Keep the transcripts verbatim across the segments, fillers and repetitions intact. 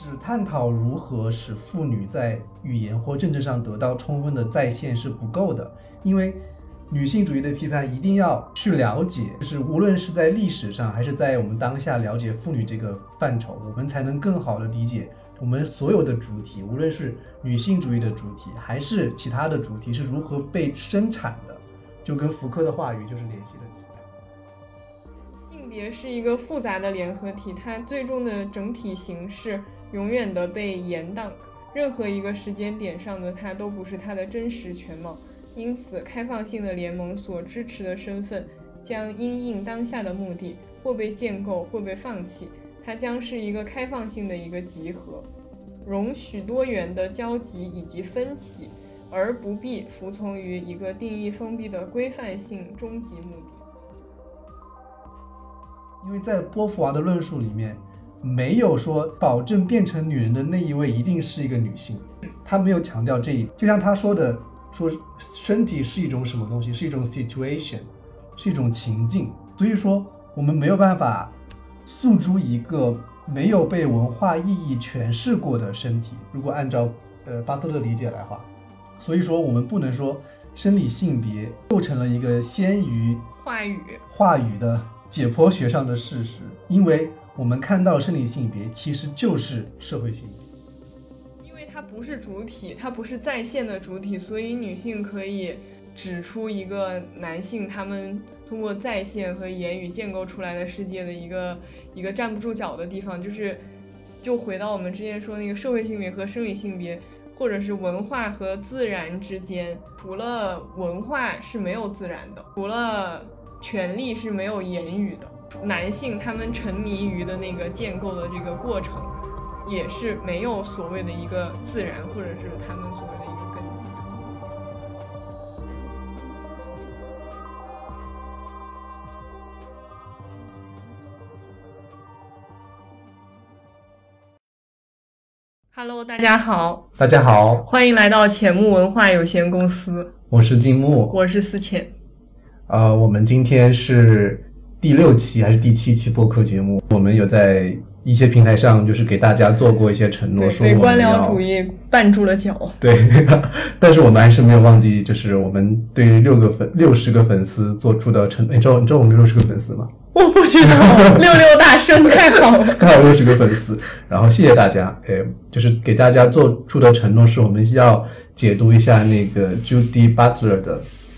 只探讨如何使妇女在语言或政治上得到充分的再现是不够的，因为女性主义的批判一定要去了解，就是无论是在历史上还是在我们当下了解妇女这个范畴，我们才能更好的理解我们所有的主体，无论是女性主义的主体还是其他的主体是如何被生产的，就跟福柯的话语就是联系了起来。 性别是一个复杂的联合体，它最终的整体形式永远的被延宕，任何一个时间点上的它都不是它的真实全貌。因此开放性的联盟所支持的身份将因应当下的目的或被建构或被放弃，它将是一个开放性的一个集合，容许多元的交集以及分歧，而不必服从于一个定义封闭的规范性终极目的。 因为在波伏娃的论述里面没有说保证变成女人的那一位一定是一个女性，他没有强调这一，就像他说的说身体是一种什么东西，是一种 situation， 是一种情境，所以说我们没有办法诉诸一个没有被文化意义诠释过的身体，如果按照呃巴特勒的理解来话，所以说我们不能说生理性别构成了一个先于话语话语的解剖学上的事实，因为我们看到生理性别其实就是社会性别， 它不是主体，它不是在线的主体，所以女性可以指出一个男性他们通过在线和言语建构出来的世界的一个一个站不住脚的地方，就是就回到我们之前说那个社会性别和生理性别，或者是文化和自然之间，除了文化是没有自然的，除了权利是没有言语的，男性他们沉迷于的那个建构的这个过程也是没有所谓的一个自然，或者是他们所谓的一个根基。Hello， 大家好。 大家好， 欢迎来到浅木文化有限公司。 我是金木， 我是思浅。 呃，我们今天是第六期还是第七期播客节目？我们有在一些平台上就是给大家做过一些承诺，说被官僚主义绊住了脚。 对，但是我们还是没有忘记，就是我们对六个粉六十个粉丝做出的承诺。你知道你知道我们六十个粉丝吗？ 我不知道，六六大顺太好了， 刚好六十个粉丝。然后谢谢大家，哎，就是给大家做出的承诺是我们要解读一下那个 Judy Butler 的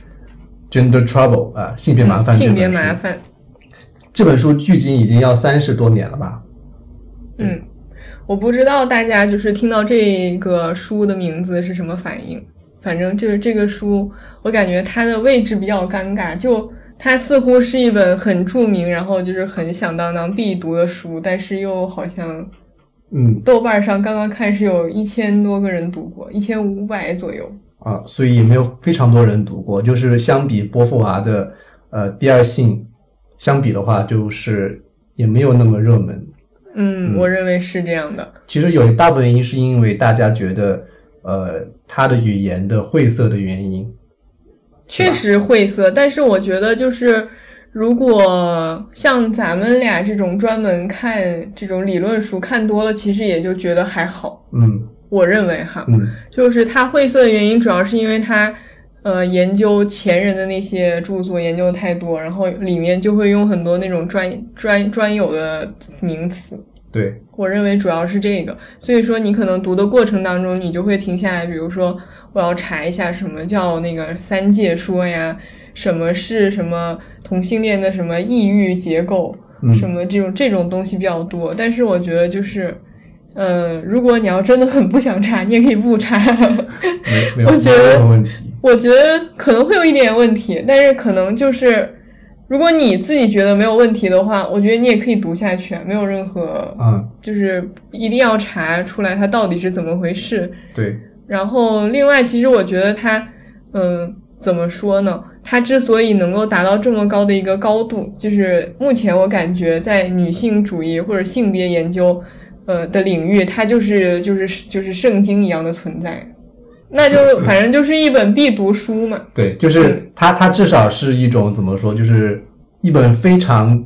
Gender Trouble 啊，性别麻烦、嗯。 性别麻烦。 这本书距今已经要三十多年了吧？ 嗯，我不知道大家就是听到这个书的名字是什么反应。反正就是这个书，我感觉它的位置比较尴尬，就它似乎是一本很著名，然后就是很响当当必读的书，但是又好像， 嗯， 豆瓣上刚刚看是有一千多个人读过，一千五百左右啊，所以也没有非常多人读过。就是相比波伏娃的呃第二性相比的话，就是也没有那么热门。 嗯，我认为是这样的。 其实有一大部分原因是因为大家觉得，呃，他的语言的晦涩的原因。 确实晦涩，但是我觉得就是如果像咱们俩这种专门看这种理论书看多了，其实也就觉得还好。 嗯， 我认为哈， 嗯， 就是它晦涩的原因主要是因为它呃研究前人的那些著作研究太多，然后里面就会用很多那种专专专有的名词。 对， 我认为主要是这个，所以说你可能读的过程当中，你就会停下来，比如说我要查一下什么叫那个三界说呀，什么是什么同性恋的什么抑郁结构， 嗯、 什么这种这种东西比较多。但是我觉得就是，呃，如果你要真的很不想查，你也可以不查。 没没有我觉得没有问题。 我觉得可能会有一点问题，但是可能就是。如果你自己觉得没有问题的话，我觉得你也可以读下去，没有任何， 嗯， 就是一定要查出来它到底是怎么回事。 对。 然后另外，其实我觉得它，嗯，怎么说呢？它之所以能够达到这么高的一个高度，就是目前我感觉在女性主义或者性别研究，呃的领域，它就是就是就是圣经一样的存在。那就反正就是一本必读书嘛。 对，就是它它至少是一种怎么说，就是一本非常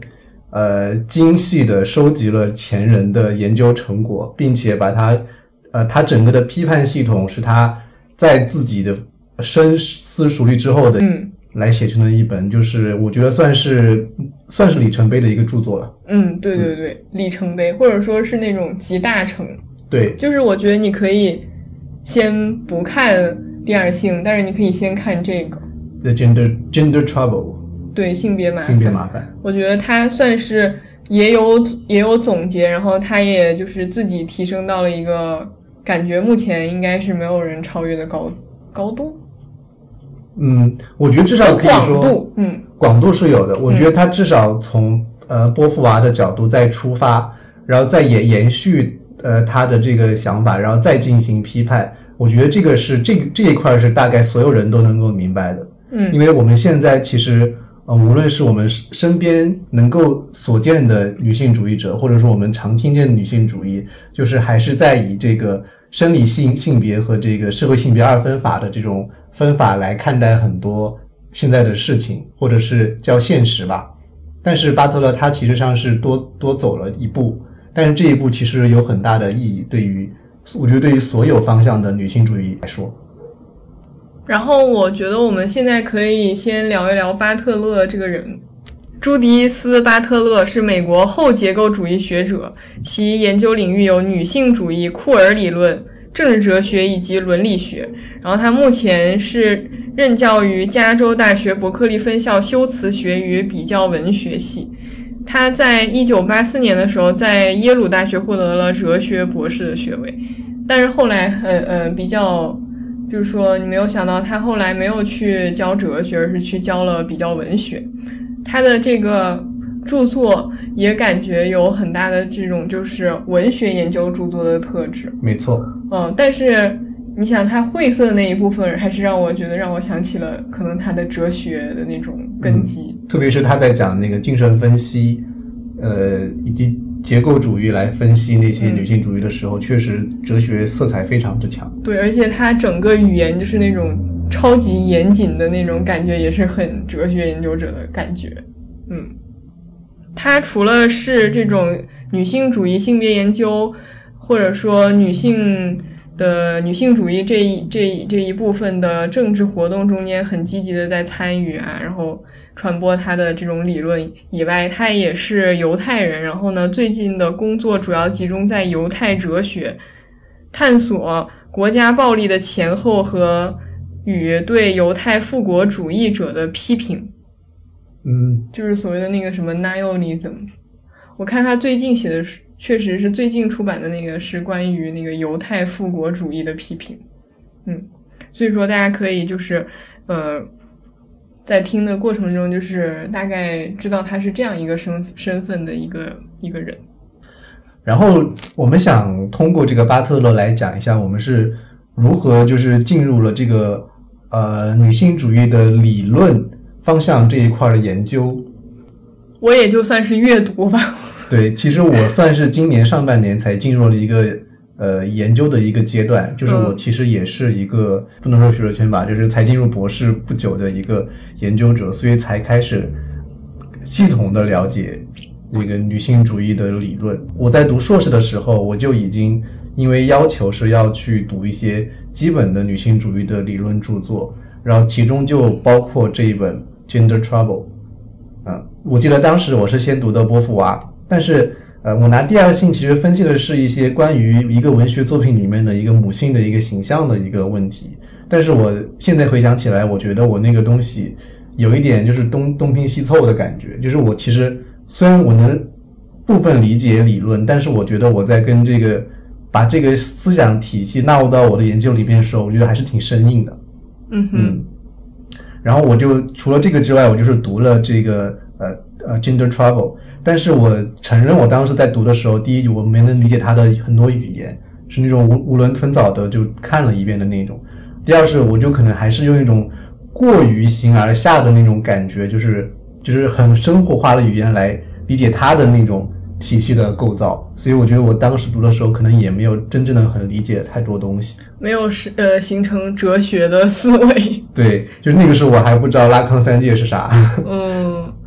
呃精细的收集了前人的研究成果，并且把它呃他整个的批判系统是他在自己的深思熟虑之后的嗯来写成了一本，就是我觉得算是算是里程碑的一个著作了。 嗯，对对对，嗯、里程碑，或者说是那种集大成。 对， 就是我觉得你可以先不看第二性，但是你可以先看这个 The Gender Gender Trouble。 对，性别麻烦。 性别麻烦， 我觉得他算是也有也有总结，然后他也就是自己提升到了一个感觉目前应该是没有人超越的高高度。 嗯，我觉得至少可以说广度，嗯， 广度是有的。我觉得他至少从、嗯、呃波伏娃的角度再出发，然后再延延续呃他的这个想法，然后再进行批判。我觉得这个是这个这一块是大概所有人都能够明白的。 嗯， 因为我们现在其实呃无论是我们身边能够所见的女性主义者，或者说我们常听见的女性主义，就是还是在以这个生理性性别和这个社会性别二分法的这种分法来看待很多现在的事情，或者是叫现实吧。但是巴特勒他其实上是多多走了一步，但是这一步其实有很大的意义，对于我觉得对于所有方向的女性主义来说。 然后我觉得我们现在可以先聊一聊巴特勒这个人。朱迪斯·巴特勒是美国后结构主义学者，其研究领域有女性主义、库尔理论、政治哲学以及伦理学。然后他目前是任教于加州大学伯克利分校修辞学与比较文学系。他在一九八四年的时候在耶鲁大学获得了哲学博士的学位，但是后来呃呃比较就是说你没有想到他后来没有去教哲学，而是去教了比较文学。他的这个著作也感觉有很大的这种就是文学研究著作的特质。 没错。 嗯，但是你想他晦涩的那一部分还是让我觉得让我想起了可能他的哲学的那种根基、 嗯、特别是他在讲那个精神分析呃，以及结构主义来分析那些女性主义的时候、嗯、确实哲学色彩非常之强。 对，而且他整个语言就是那种超级严谨的那种感觉，也是很哲学研究者的感觉。嗯，他除了是这种女性主义性别研究或者说女性的女性主义这一这一这一部分的政治活动中间很积极的在参与啊，然后传播他的这种理论以外，他也是犹太人，然后呢最近的工作主要集中在犹太哲学，探索国家暴力的前后和与对犹太复国主义者的批评。 嗯， 就是所谓的那个什么 nihilism。 我看他最近写的是确实是最近出版的那个是关于那个犹太复国主义的批评。嗯，所以说大家可以就是呃在听的过程中就是大概知道他是这样一个身身份的一个一个人。 然后我们想通过这个巴特勒来讲一下我们是如何就是进入了这个呃女性主义的理论方向这一块的研究。 我也就算是阅读吧。 对，其实我算是今年上半年才进入了一个呃研究的一个阶段，就是我其实也是一个、嗯、不能说学术圈吧，就是才进入博士不久的一个研究者，所以才开始系统的了解这个女性主义的理论。我在读硕士的时候，我就已经因为要求是要去读一些基本的女性主义的理论著作，然后其中就包括这一本 Gender Trouble。嗯，我记得当时我是先读的波伏娃，但是呃，我拿第二性其实分析的是一些关于一个文学作品里面的一个母性的一个形象的一个问题。但是我现在回想起来，我觉得我那个东西有一点就是东东拼西凑的感觉，就是我其实虽然我能部分理解理论，但是我觉得我在跟这个把这个思想体系纳入到我的研究里面的时候，我觉得还是挺生硬的。 嗯哼。嗯， 然后我就除了这个之外，我就是读了这个呃呃 Gender Trouble， 但是我承认我当时在读的时候，第一我没能理解它的很多语言，是那种囫囵吞枣的就看了一遍的那种。第二是我就可能还是用一种过于形而下的那种感觉，就是就是很生活化的语言来理解它的那种体系的构造，所以我觉得我当时读的时候可能也没有真正的很理解太多东西， 没有是呃形成哲学的思维。 对，就那个时候我还不知道拉康三界是啥。 嗯，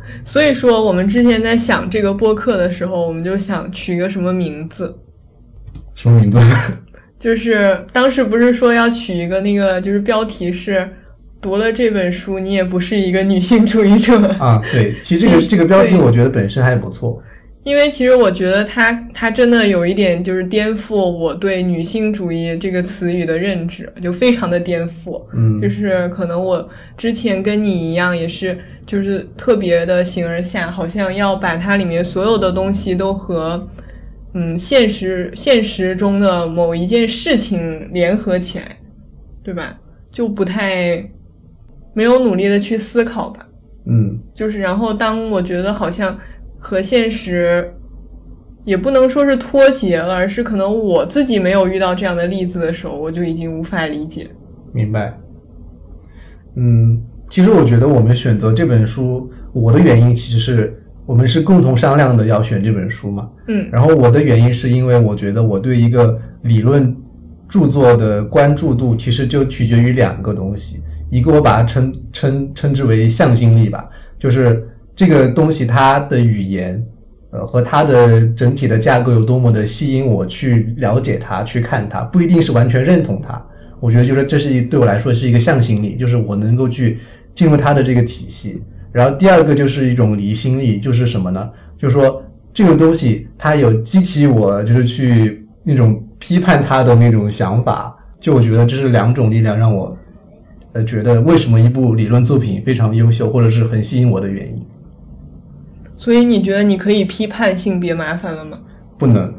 所以说我们之前在想这个播客的时候，我们就想取个什么名字。 什么名字？ 就是当时不是说要取一个那个，就是标题是读了这本书你也不是一个女性主义者啊。对，其实这个这个标题我觉得本身还不错， 因为其实我觉得它它真的有一点就是颠覆我对女性主义这个词语的认知，就非常的颠覆。 嗯， 就是可能我之前跟你一样也是就是特别的形而下，好像要把它里面所有的东西都和嗯现实现实中的某一件事情联合起来，对吧？就不太没有努力的去思考吧。 嗯， 就是然后当我觉得好像和现实也不能说是脱节了，而是可能我自己没有遇到这样的例子的时候，我就已经无法理解。 明白。嗯，其实我觉得我们选择这本书，我的原因其实是我们是共同商量的要选这本书嘛。 嗯， 然后我的原因是因为我觉得我对一个理论著作的关注度其实就取决于两个东西，一个我把它称称称之为向心力吧，就是这个东西它的语言呃和它的整体的架构有多么的吸引我去了解它去看它，不一定是完全认同它，我觉得就是这是对我来说是一个向心力，就是我能够去进入它的这个体系。然后第二个就是一种离心力，就是什么呢？就是说这个东西它有激起我就是去那种批判它的那种想法，就我觉得这是两种力量让我呃觉得为什么一部理论作品非常优秀或者是很吸引我的原因。 所以你觉得你可以批判性别麻烦了吗？ 不能。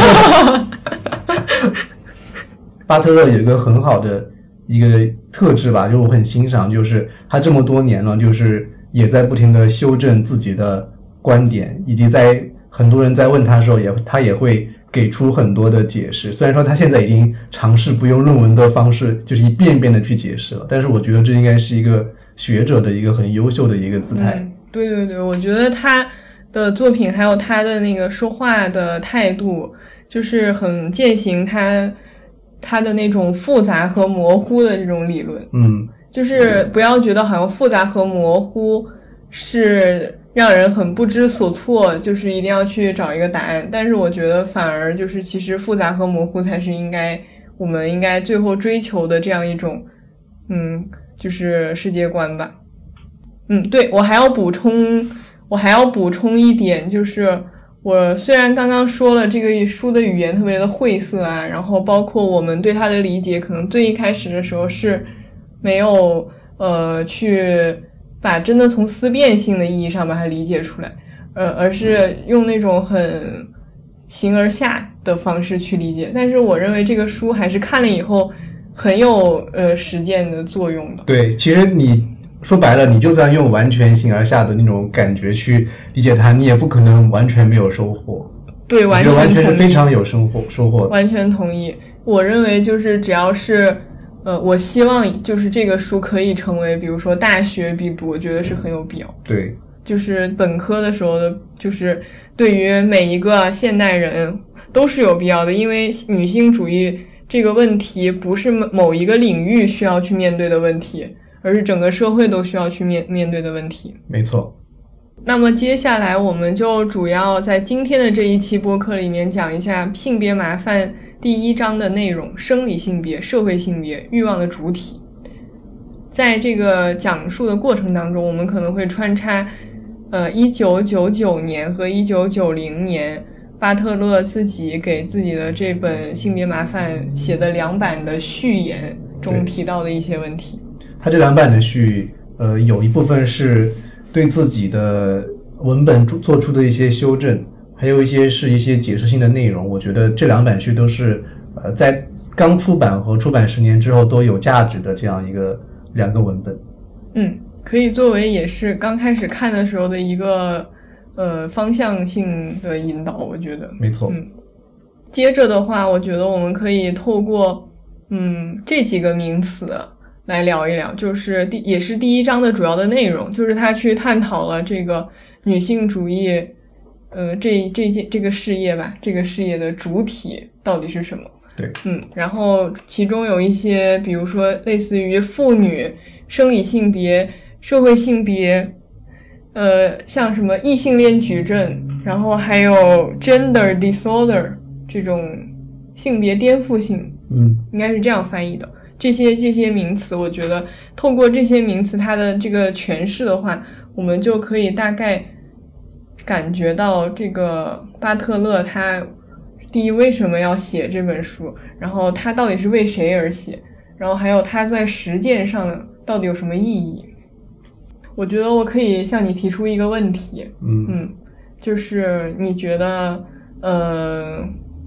巴特勒有一个很好的一个特质吧，就是我很欣赏，就是他这么多年了，就是也在不停的修正自己的观点，以及在很多人在问他的时候也他也会给出很多的解释。虽然说他现在已经尝试不用论文的方式就是一遍一遍的去解释了，但是我觉得这应该是一个学者的一个很优秀的一个姿态。 嗯，对对对，我觉得他的作品还有他的那个说话的态度就是很践行他他的那种复杂和模糊的这种理论。 嗯， 就是不要觉得好像复杂和模糊是让人很不知所措，就是一定要去找一个答案，但是我觉得反而就是其实复杂和模糊才是应该我们应该最后追求的这样一种嗯就是世界观吧。嗯，对，我还要补充我还要补充一点，就是我虽然刚刚说了这个书的语言特别的晦涩啊，然后包括我们对它的理解可能最一开始的时候是没有呃去把真的从思辨性的意义上把它理解出来，呃，而是用那种很形而下的方式去理解，但是我认为这个书还是看了以后很有呃实践的作用的。 对，其实你说白了，你就算用完全形而下的那种感觉去理解它，你也不可能完全没有收获。 对，完全同意， 完全是非常有收获收获的。 完全同意。我认为就是只要是呃，我希望就是这个书可以成为比如说大学必读，我觉得是很有必要。 对， 就是本科的时候的，就是对于每一个现代人都是有必要的，因为女性主义这个问题不是某一个领域需要去面对的问题，而是整个社会都需要去面面对的问题。 没错。 那么接下来我们就主要在今天的这一期播客里面讲一下性别麻烦第一章的内容：生理性别、社会性别、欲望的主体。在这个讲述的过程当中，我们可能会穿插呃一九九九年和一九九零年巴特勒自己给自己的这本性别麻烦写的两版的序言中提到的一些问题。 他这两版的序呃有一部分是对自己的文本做出的一些修正，还有一些是一些解释性的内容。我觉得这两版序都是呃在刚出版和出版十年之后都有价值的这样一个两个文本。 嗯，可以作为也是刚开始看的时候的一个呃方向性的引导，我觉得。 没错。 嗯，接着的话，我觉得我们可以透过嗯这几个名词来聊一聊，就是第也是第一章的主要的内容，就是他去探讨了这个女性主义呃这这件这个事业吧，这个事业的主体到底是什么。 对， 嗯，然后其中有一些比如说类似于妇女、生理性别、社会性别呃，像什么异性恋矩阵，然后还有 gender disorder 这种性别颠覆性， 嗯， 应该是这样翻译的。这些这些名词，我觉得透过这些名词它的这个诠释的话，我们就可以大概感觉到这个巴特勒他第一为什么要写这本书，然后他到底是为谁而写，然后还有他在实践上到底有什么意义。我觉得我可以向你提出一个问题， 嗯嗯，就是你觉得呃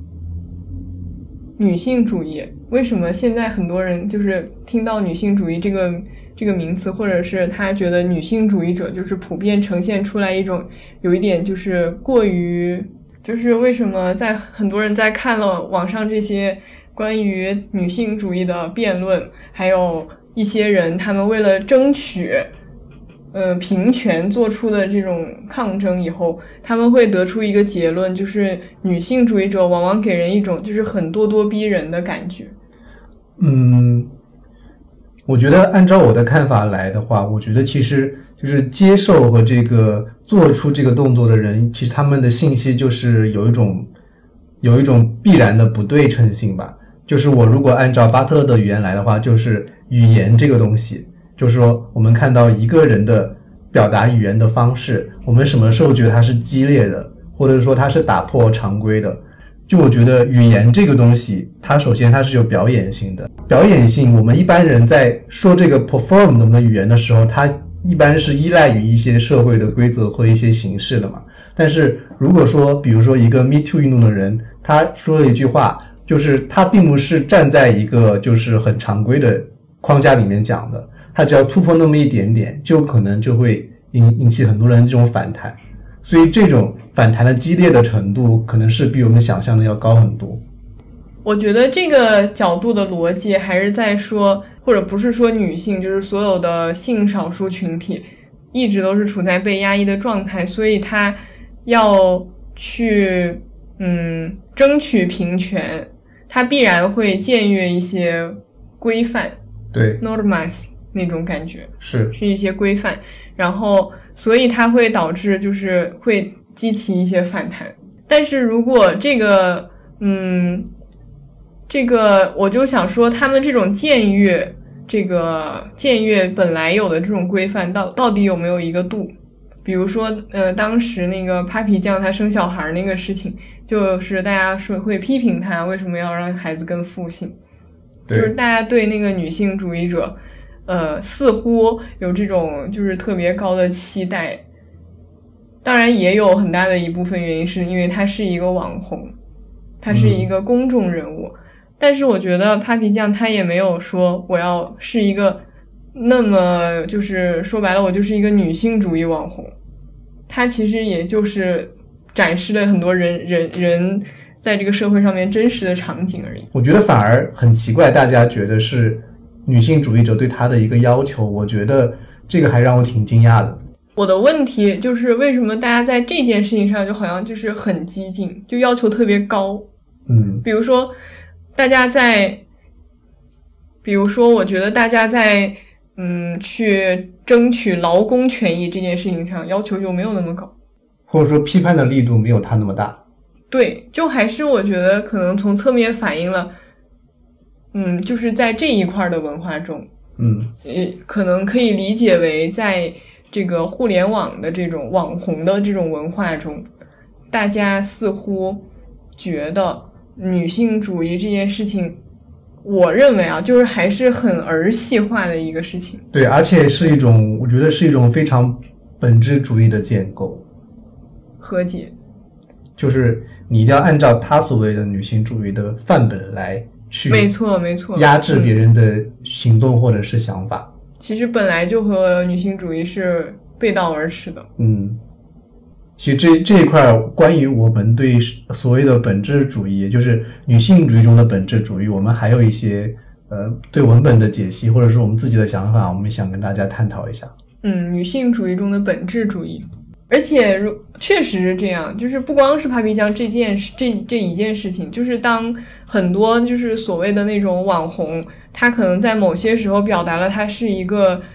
女性主义为什么现在很多人就是听到女性主义这个这个名词，或者是他觉得女性主义者就是普遍呈现出来一种有一点就是过于，就是为什么在很多人在看了网上这些关于女性主义的辩论，还有一些人他们为了争取呃平权做出的这种抗争以后，他们会得出一个结论，就是女性主义者往往给人一种就是很咄咄逼人的感觉。 嗯，我觉得按照我的看法来的话，我觉得其实就是接受和这个做出这个动作的人，其实他们的信息就是有一种有一种必然的不对称性吧。就是我如果按照巴特勒的语言来的话，就是语言这个东西，就是说我们看到一个人的表达语言的方式，我们什么时候觉得它是激烈的，或者说它是打破常规的。就我觉得语言这个东西，它首先它是有表演性的，表演性我们一般人在说这个 perform 我们的语言的时候，它一般是依赖于一些社会的规则和一些形式的嘛。但是如果说比如说一个 Me Too 运动的人，他说了一句话，就是他并不是站在一个就是很常规的框架里面讲的，他只要突破那么一点点，就可能就会引引起很多人这种反弹。所以这种反弹的激烈的程度可能是比我们想象的要高很多。 我觉得这个角度的逻辑还是在说，或者不是说女性，就是所有的性少数群体一直都是处在被压抑的状态，所以他要去嗯争取平权，他必然会僭越一些规范， 对 normas 那种感觉， 是是一些规范，然后所以它会导致就是会激起一些反弹。但是如果这个嗯这个我就想说，他们这种僭越这个僭越本来有的这种规范到到底有没有一个度。比如说呃当时那个 Papi 酱他生小孩那个事情，就是大家说会批评他为什么要让孩子跟父姓，就是大家对那个女性主义者呃，似乎有这种就是特别高的期待。当然也有很大的一部分原因是因为他是一个网红，他是一个公众人物、嗯、但是我觉得 Papi 酱他也没有说我要是一个那么就是说白了我就是一个女性主义网红，他其实也就是展示了很多人人人在这个社会上面真实的场景而已。 我觉得反而很奇怪，大家觉得是女性主义者对她的一个要求，我觉得这个还让我挺惊讶的。 我的问题就是为什么大家在这件事情上就好像就是很激进，就要求特别高。 嗯， 比如说大家在比如说我觉得大家在嗯去争取劳工权益这件事情上要求就没有那么高， 或者说批判的力度没有他那么大。 对，就还是我觉得可能从侧面反映了嗯，就是在这一块的文化中， 嗯， 呃，可能可以理解为在这个互联网的这种网红的这种文化中，大家似乎觉得女性主义这件事情，我认为啊，就是还是很儿戏化的一个事情。 对，而且是一种，我觉得是一种非常本质主义的建构。 和解。 就是你一定要按照他所谓的女性主义的范本来去， 没错没错， 压制别人的行动或者是想法、 嗯、其实本来就和女性主义是背道而驰的。 嗯，其实这这一块关于我们对所谓的本质主义，也就是女性主义中的本质主义，我们还有一些呃对文本的解析，或者是我们自己的想法，我们想跟大家探讨一下。 嗯，女性主义中的本质主义。而且如确实是这样，就是不光是 Papi 酱这件事这这一件事情，就是当很多就是所谓的那种网红，他可能在某些时候表达了他是一个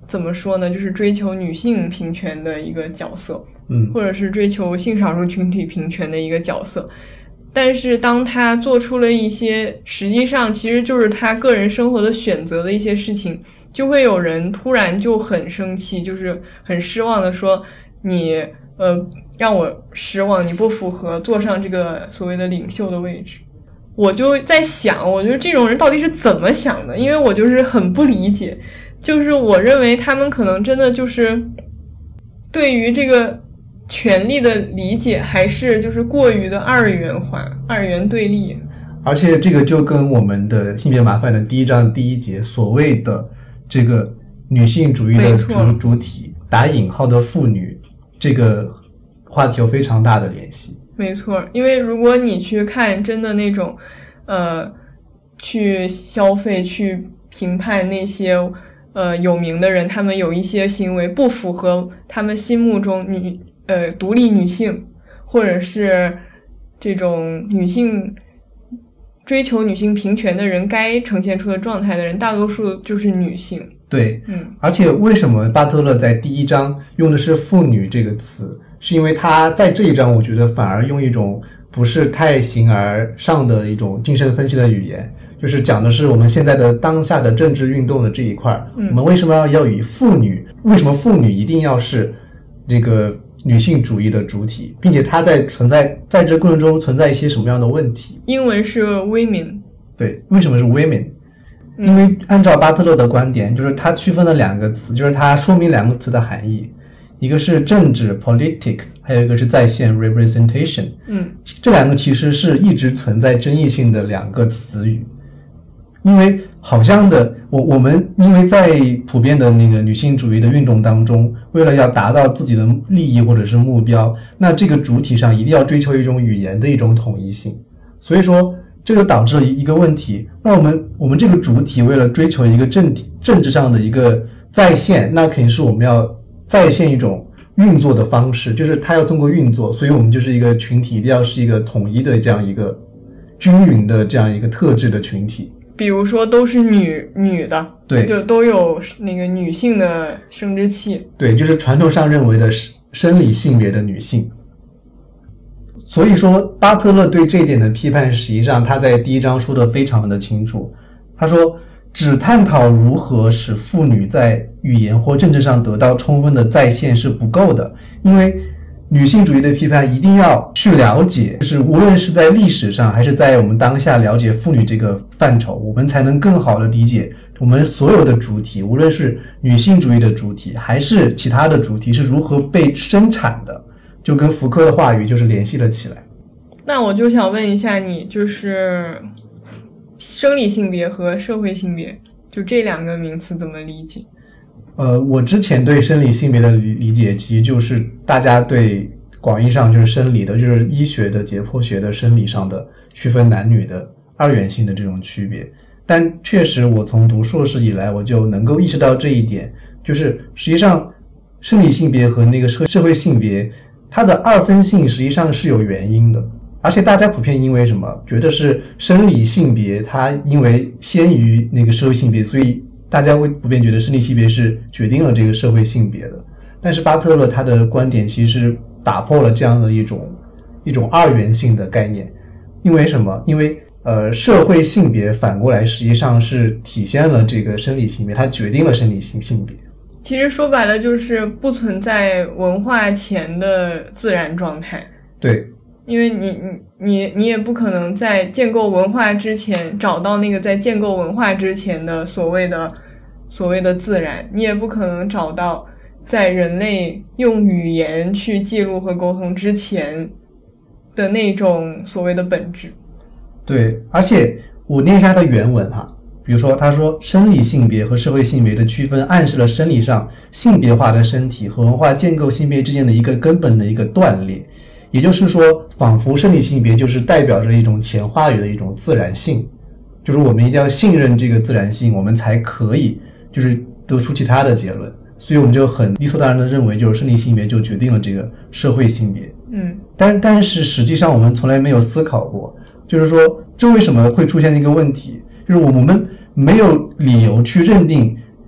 怎么说呢，就是追求女性平权的一个角色， 嗯， 或者是追求性少数群体平权的一个角色。但是当他做出了一些实际上其实就是他个人生活的选择的一些事情，就会有人突然就很生气，就是很失望的说你呃让我失望，你不符合坐上这个所谓的领袖的位置。我就在想，我觉得这种人到底是怎么想的，因为我就是很不理解，就是我认为他们可能真的就是对于这个权力的理解还是就是过于的二元化、二元对立。 而且这个就跟我们的性别麻烦的第一章第一节所谓的这个女性主义的主主体打引号的妇女这个话题有非常大的联系。 没错，因为如果你去看真的那种呃去消费去评判那些呃有名的人，他们有一些行为不符合他们心目中女呃独立女性或者是这种女性追求女性平权的人该呈现出的状态的人，大多数就是女性。 对， 嗯， 而且为什么巴特勒在第一章用的是妇女这个词，是因为他在这一章我觉得反而用一种不是太形而上的一种精神分析的语言，就是讲的是我们现在的当下的政治运动的这一块，嗯，我们为什么要要以妇女，为什么妇女一定要是这个女性主义的主体，并且它在存在在这过程中存在一些什么样的问题。 英文是 women。 对，为什么是 women？因为按照巴特勒的观点，就是他区分了两个词，就是他说明两个词的含义，一个是政治 politics， 还有一个是在线 representation。 嗯， 这两个其实是一直存在争议性的两个词语，因为好像的我我们因为在普遍的那个女性主义的运动当中，为了要达到自己的利益或者是目标，那这个主体上一定要追求一种语言的一种统一性，所以说这就导致了一个问题，那我们我们这个主体为了追求一个政体政治上的一个再现，那肯定是我们要再现一种运作的方式，就是它要通过运作，所以我们就是一个群体一定要是一个统一的这样一个均匀的这样一个特质的群体， 比如说都是女女的， 对， 就都有那个女性的生殖器， 对，就是传统上认为的生理性别的女性。所以说巴特勒对这一点的批判，实际上他在第一章说的非常的清楚，他说只探讨如何使妇女在语言或政治上得到充分的再现是不够的，因为女性主义的批判一定要去了解，就是无论是在历史上还是在我们当下了解妇女这个范畴，我们才能更好的理解我们所有的主体，无论是女性主义的主体还是其他的主体是如何被生产的，就跟福柯的话语就是联系了起来。 那我就想问一下你，就是生理性别和社会性别，就这两个名词怎么理解？ 呃，我之前对生理性别的理解其实就是大家对广义上就是生理的，就是医学的解剖学的生理上的区分男女的二元性的这种区别，但确实我从读硕士以来我就能够意识到这一点，就是实际上生理性别和那个社社会性别它的二分性实际上是有原因的，而且大家普遍因为什么觉得是生理性别它因为先于那个社会性别，所以大家会普遍觉得生理性别是决定了这个社会性别的。但是巴特勒他的观点其实打破了这样的一种一种二元性的概念，因为什么？因为呃，社会性别反过来实际上是体现了这个生理性别，它决定了生理性性别。 其实说白了就是不存在文化前的自然状态。 对， 因为你你你你也不可能在建构文化之前找到那个在建构文化之前的所谓的所谓的自然，你也不可能找到在人类用语言去记录和沟通之前的那种所谓的本质。 对，而且我念一下它的原文哈，比如说他说生理性别和社会性别的区分暗示了生理上性别化的身体和文化建构性别之间的一个根本的一个断裂，也就是说仿佛生理性别就是代表着一种前话语的一种自然性，就是我们一定要信任这个自然性，我们才可以就是得出其他的结论，所以我们就很理所当然的认为就是生理性别就决定了这个社会性别。 嗯， 但但是实际上我们从来没有思考过，就是说这为什么会出现一个问题，就是我们没有理由去认定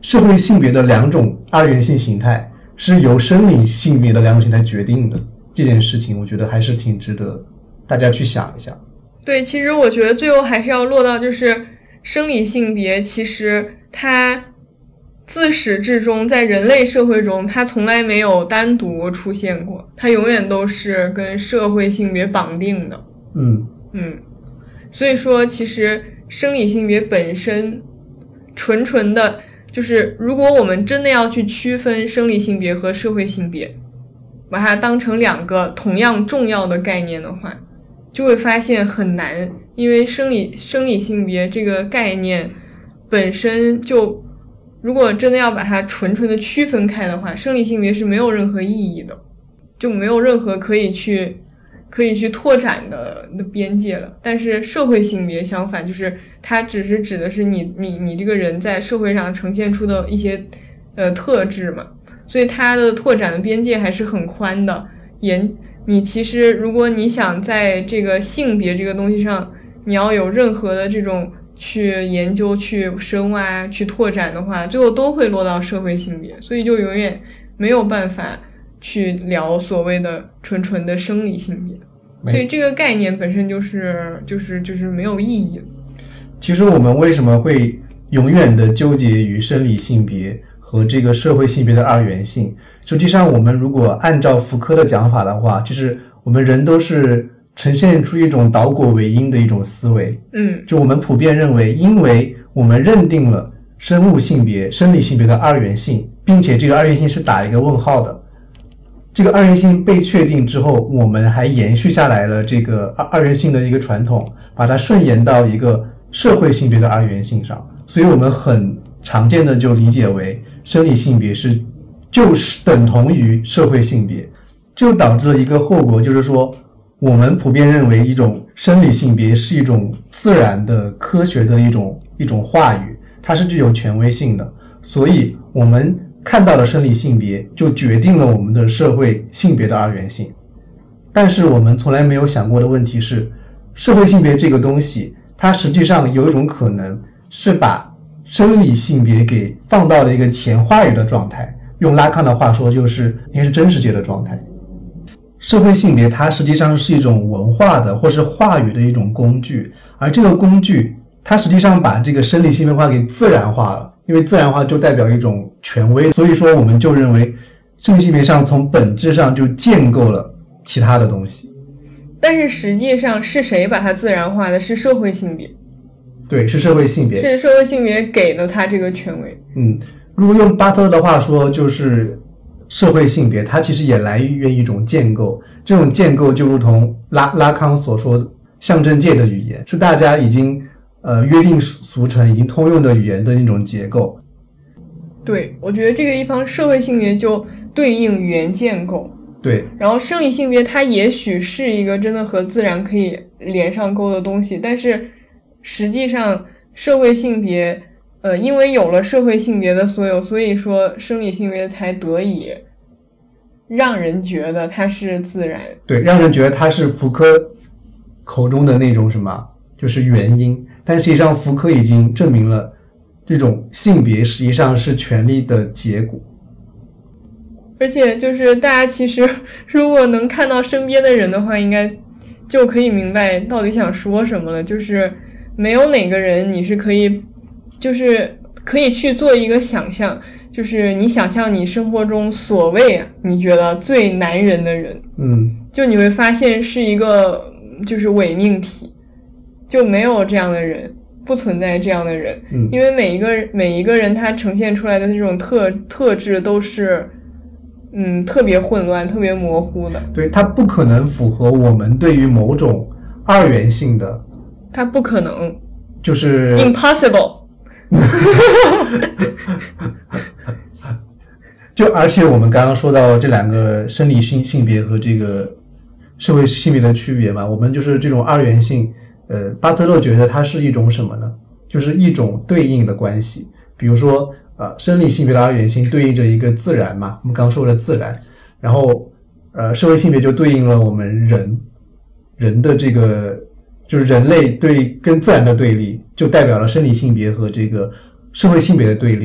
社会性别的两种二元性形态是由生理性别的两种形态决定的，这件事情我觉得还是挺值得大家去想一下。 对，其实我觉得最后还是要落到就是生理性别，其实它自始至终在人类社会中它从来没有单独出现过，它永远都是跟社会性别绑定的。 嗯嗯，所以说其实生理性别本身纯纯的就是如果我们真的要去区分生理性别和社会性别，把它当成两个同样重要的概念的话，就会发现很难，因为生理生理性别这个概念本身就，如果真的要把它纯纯的区分开的话，生理性别是没有任何意义的，就没有任何可以去可以去拓展的的边界了。但是社会性别相反，就是它只是指的是你你你这个人在社会上呈现出的一些呃特质嘛，所以它的拓展的边界还是很宽的。研你其实如果你想在这个性别这个东西上你要有任何的这种去研究去深挖去拓展的话，最后都会落到社会性别，所以就永远没有办法去聊所谓的纯纯的生理性别，所以这个概念本身就是就是就是没有意义的。 其实我们为什么会永远的纠结于生理性别和这个社会性别的二元性，实际上我们如果按照福柯的讲法的话，就是我们人都是呈现出一种倒果为因的一种思维。 嗯， 就我们普遍认为，因为我们认定了生物性别生理性别的二元性，并且这个二元性是打一个问号的，这个二元性被确定之后，我们还延续下来了这个二元性的一个传统，把它顺延到一个社会性别的二元性上，所以我们很常见的就理解为生理性别是就是等同于社会性别，就导致了一个后果，就是说我们普遍认为一种生理性别是一种自然的科学的一种一种话语，它是具有权威性的，所以我们看到的生理性别就决定了我们的社会性别的二元性。但是我们从来没有想过的问题是，社会性别这个东西它实际上有一种可能是把生理性别给放到了一个前话语的状态，用拉康的话说就是应该是真实界的状态。社会性别它实际上是一种文化的或是话语的一种工具，而这个工具它实际上把这个生理性别化给自然化了，因为自然化就代表一种权威，所以说我们就认为生理性别上从本质上就建构了其他的东西。 但是实际上是谁把它自然化的？是社会性别。 对，是社会性别， 是社会性别给了他这个权威。 嗯，如果用巴特勒的话说，就是社会性别它其实也来源于一种建构，这种建构就如同拉拉康所说的象征界的语言，是大家已经呃约定俗成已经通用的语言的一种结构。 对，我觉得这个地方社会性别就对应语言建构。 对， 然后生理性别它也许是一个真的和自然可以连上钩的东西，但是实际上社会性别呃，因为有了社会性别的所有，所以说生理性别才得以让人觉得它是自然。 对，让人觉得它是福柯口中的那种什么就是原因，但实际上福柯已经证明了这种性别实际上是权力的结果。 而且就是大家其实如果能看到身边的人的话，应该就可以明白到底想说什么了，就是没有哪个人你是可以就是可以去做一个想象，就是你想象你生活中所谓你觉得最男人的人， 嗯， 就你会发现是一个就是伪命题，就没有这样的人，不存在这样的人。 嗯， 因为每一个每一个人他呈现出来的这种特特质都是嗯特别混乱特别模糊的。 对，它不可能符合我们对于某种二元性的， 它不可能， 就是 impossible 就而且我们刚刚说到这两个生理性性别和这个社会性别的区别嘛，我们就是这种二元性，呃，巴特勒觉得它是一种什么呢？就是一种对应的关系。比如说，呃，生理性别的二元性对应着一个自然嘛，我们刚说的自然，然后，呃，社会性别就对应了我们人，人的这个就是人类对跟自然的对立，就代表了生理性别和这个社会性别的对立。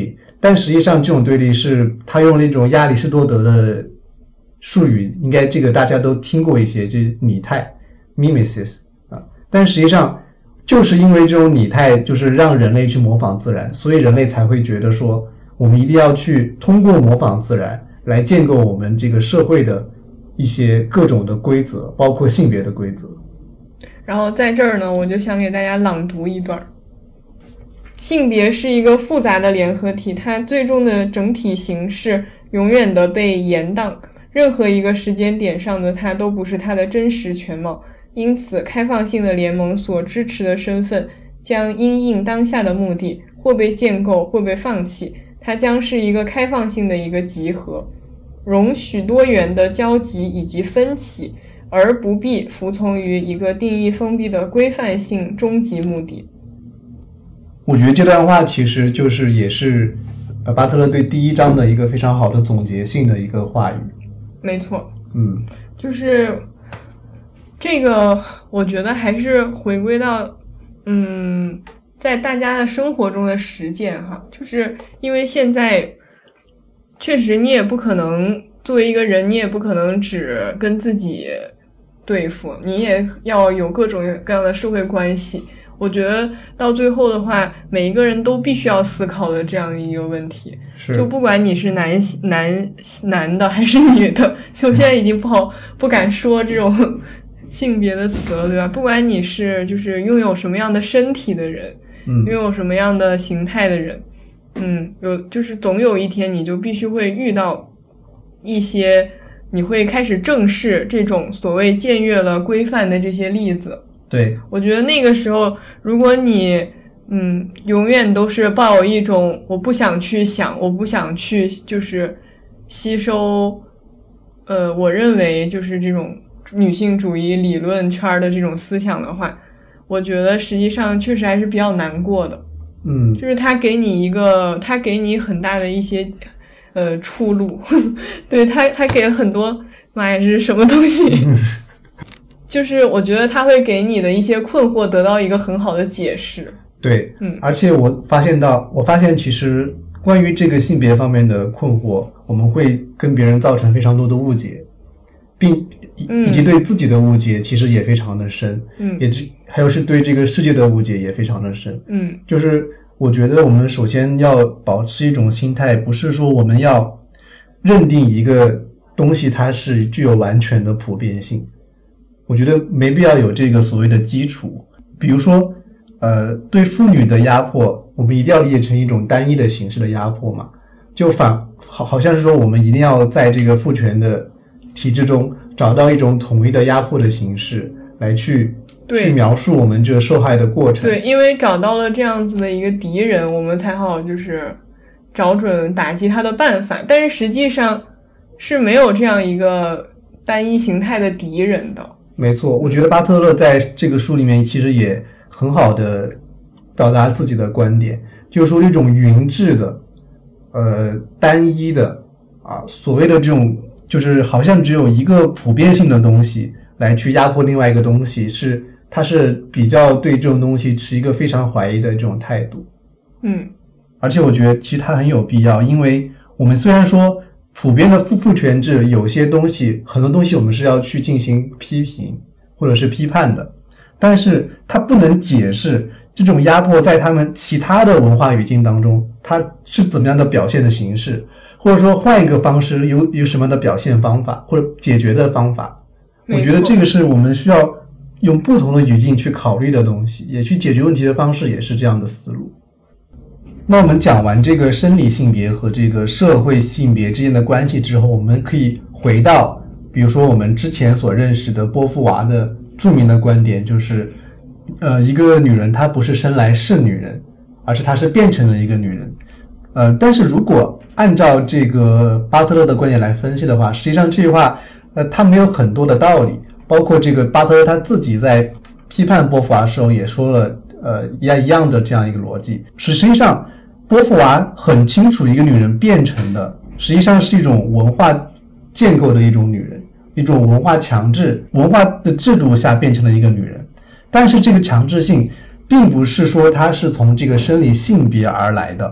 但实际上这种对立是他用了一种亚里士多德的术语，应该这个大家都听过一些，就是拟态 mimesis 啊。但实际上就是因为这种拟态就是让人类去模仿自然，所以人类才会觉得说我们一定要去通过模仿自然来建构我们这个社会的一些各种的规则，包括性别的规则。 然后在这儿呢，我就想给大家朗读一段。性别是一个复杂的联合体，它最终的整体形式永远的被延宕，任何一个时间点上的它都不是它的真实全貌。因此开放性的联盟所支持的身份将因应当下的目的或被建构或被放弃，它将是一个开放性的一个集合，容许多元的交集以及分歧，而不必服从于一个定义封闭的规范性终极目的。 我觉得这段话其实就是也是呃巴特勒对第一章的一个非常好的总结性的一个话语。 没错， 嗯， 就是这个我觉得还是回归到嗯在大家的生活中的实践哈，就是因为现在确实你也不可能作为一个人，你也不可能只跟自己对付，你也要有各种各样的社会关系。我觉得到最后的话，每一个人都必须要思考的这样一个问题，就不管你是男男男的还是女的，就现在已经不好不敢说这种性别的词了，对吧？不管你是就是拥有什么样的身体的人， 嗯， 拥有什么样的形态的人，嗯，有就是总有一天你就必须会遇到一些你会开始正视这种所谓僭越了规范的这些例子。 对， 我觉得那个时候如果你嗯永远都是抱有一种我不想去想，我不想去就是吸收呃我认为就是这种女性主义理论圈的这种思想的话，我觉得实际上确实还是比较难过的。 嗯， 就是他给你一个他给你很大的一些呃出路对，他他给了很多，妈呀这是什么东西就是我觉得他会给你的一些困惑得到一个很好的解释。 对， 嗯， 而且我发现到我发现其实关于这个性别方面的困惑，我们会跟别人造成非常多的误解，并以及对自己的误解其实也非常的深， 嗯， 也还有是对这个世界的误解也非常的深。 嗯， 就是我觉得我们首先要保持一种心态，不是说我们要认定一个东西它是具有完全的普遍性，我觉得没必要有这个所谓的基础。比如说呃，对妇女的压迫我们一定要理解成一种单一的形式的压迫嘛，就反好好像是说我们一定要在这个父权的体制中找到一种统一的压迫的形式来去去描述我们这个受害的过程。 对，因为找到了这样子的一个敌人，我们才好就是找准打击他的办法，但是实际上是没有这样一个单一形态的敌人的。 没错，我觉得巴特勒在这个书里面其实也很好的表达自己的观点，就是说一种匀质的呃单一的啊所谓的这种就是好像只有一个普遍性的东西来去压迫另外一个东西，是他是比较对这种东西持一个非常怀疑的这种态度。 嗯， 而且我觉得其实它很有必要，因为我们虽然说普遍的父父权制有些东西很多东西我们是要去进行批评或者是批判的，但是它不能解释这种压迫在他们其他的文化语境当中它是怎么样的表现的形式，或者说换一个方式有有什么样的表现方法或者解决的方法。我觉得这个是我们需要用不同的语境去考虑的东西，也去解决问题的方式也是这样的思路。那我们讲完这个生理性别和这个社会性别之间的关系之后，我们可以回到比如说我们之前所认识的波伏娃的著名的观点，就是呃，一个女人她不是生来是女人，而是她是变成了一个女人。呃，但是如果按照这个巴特勒的观点来分析的话，实际上这句话呃，它没有很多的道理，包括这个巴特勒他自己在批判波伏娃的时候也说了呃一样一样的这样一个逻辑。实际上波伏娃很清楚一个女人变成的实际上是一种文化建构的一种女人，一种文化强制文化的制度下变成了一个女人，但是这个强制性并不是说它是从这个生理性别而来的，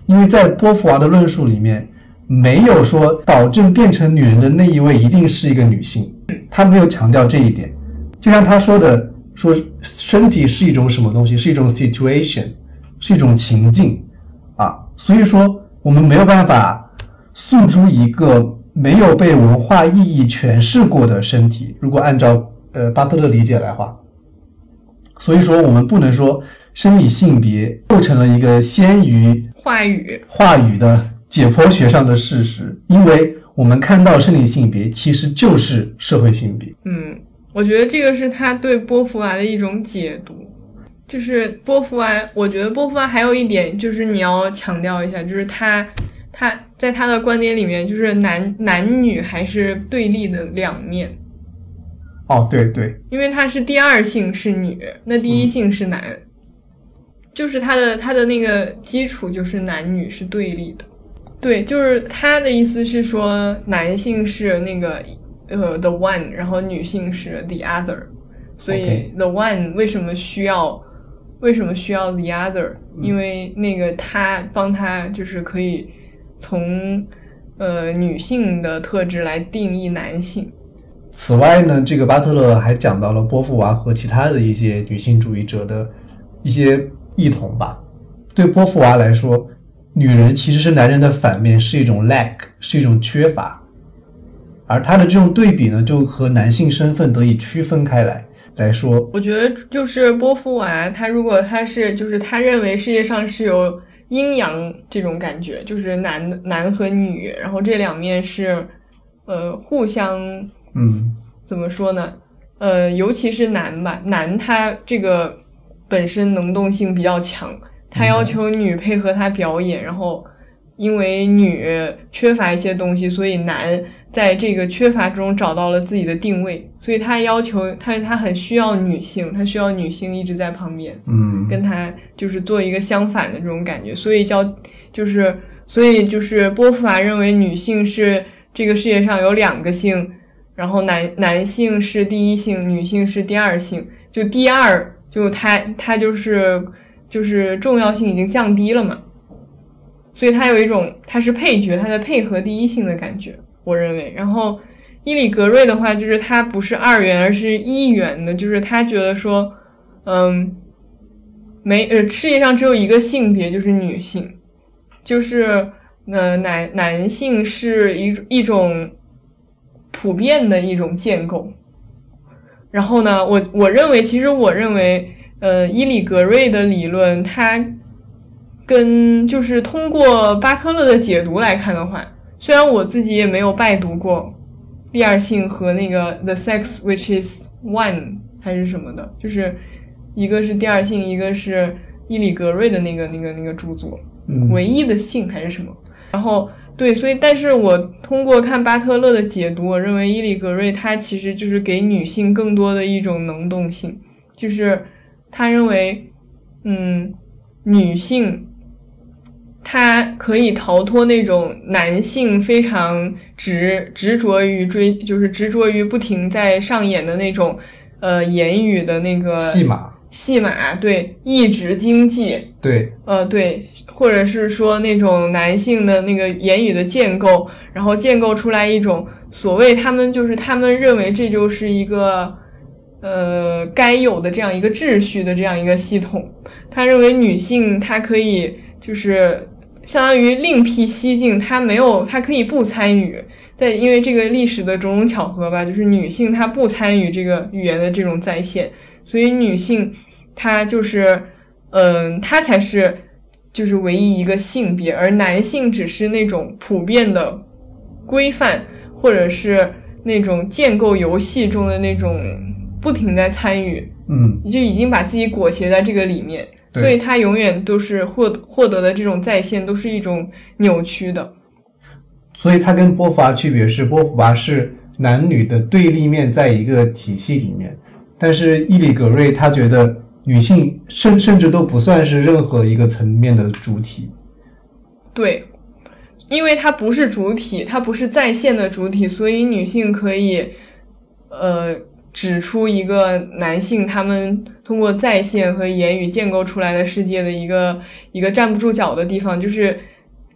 因为在波伏娃的论述里面，没有说保证变成女人的那一位一定是一个女性，他没有强调这一点。就像他说的，说身体是一种什么东西，是一种 situation， 是一种情境啊，所以说我们没有办法诉诸一个没有被文化意义诠释过的身体，如果按照呃巴特勒理解来话，所以说我们不能说生理性别构成了一个先于话语话语的解剖学上的事实，因为我们看到生理性别其实就是社会性别。 嗯，我觉得这个是他对波伏娃的一种解读。就是波伏娃，我觉得波伏娃还有一点就是你要强调一下，就是他他在他的观点里面，就是男男女还是对立的两面。 哦，对对， 因为他是第二性是女，那第一性是男，嗯、就是他的他的那个基础就是男女是对立的。对，就是他的意思是说，男性是那个呃 the one， 然后女性是 the other， 所以 the one 为什么需要为什么需要 the other？、嗯、因为那个他帮他就是可以从呃女性的特质来定义男性。 此外呢，这个巴特勒还讲到了波伏娃和其他的一些女性主义者的一些异同吧。对波伏娃来说，女人其实是男人的反面，是一种 lack， 是一种缺乏，而他的这种对比呢，就和男性身份得以区分开来来说。 我觉得就是波伏娃，他如果他是就是他认为世界上是有阴阳这种感觉，就是男男和女，然后这两面是呃互相嗯怎么说呢？呃，尤其是男吧，男他这个本身能动性比较强。他要求女配合他表演，然后因为女缺乏一些东西，所以男在这个缺乏中找到了自己的定位，所以他要求他他很需要女性，他需要女性一直在旁边， 嗯， 跟他就是做一个相反的这种感觉，所以叫就是所以就是波伏娃认为女性是这个世界上有两个性，然后男男性是第一性，女性是第二性，就第二就他他就是。就是重要性已经降低了嘛，所以他有一种他是配角，他在配合第一性的感觉，我认为。然后伊里格瑞的话，就是他不是二元而是一元的，就是他觉得说，嗯，没呃世界上只有一个性别，就是女性，就是呃男男性是一一种普遍的一种建构。然后呢，我我认为，其实我认为。呃，伊里格瑞的理论，它跟就是通过巴特勒的解读来看的话，虽然我自己也没有拜读过第二性和那个 The Sex Which Is One 还是什么的，就是一个是第二性，一个是伊里格瑞的那个那个那个著作， 嗯， 唯一的性还是什么。然后对，所以但是我通过看巴特勒的解读，我认为伊里格瑞他其实就是给女性更多的一种能动性，就是他认为，嗯，女性她可以逃脱那种男性非常执执着于追，就是执着于不停在上演的那种呃言语的那个戏码， 戏码，对，意志经济， 对， 呃对，或者是说那种男性的那个言语的建构，然后建构出来一种所谓他们就是他们认为这就是一个。呃，该有的这样一个秩序的这样一个系统，他认为女性她可以就是相当于另辟蹊径，她没有，她可以不参与，在因为这个历史的种种巧合吧，就是女性她不参与这个语言的这种再现，所以女性她就是嗯、呃，她才是就是唯一一个性别，而男性只是那种普遍的规范，或者是那种建构游戏中的那种。不停在参与， 嗯， 就已经把自己裹挟在这个里面，所以他永远都是获获得的这种再现都是一种扭曲的。 所以他跟波伏娃区别是，波伏娃是男女的对立面在一个体系里面，但是伊里格瑞他觉得女性甚甚至都不算是任何一个层面的主体。 对，因为它不是主体，它不是在线的主体，所以女性可以呃指出一个男性他们通过在线和言语建构出来的世界的一个一个站不住脚的地方，就是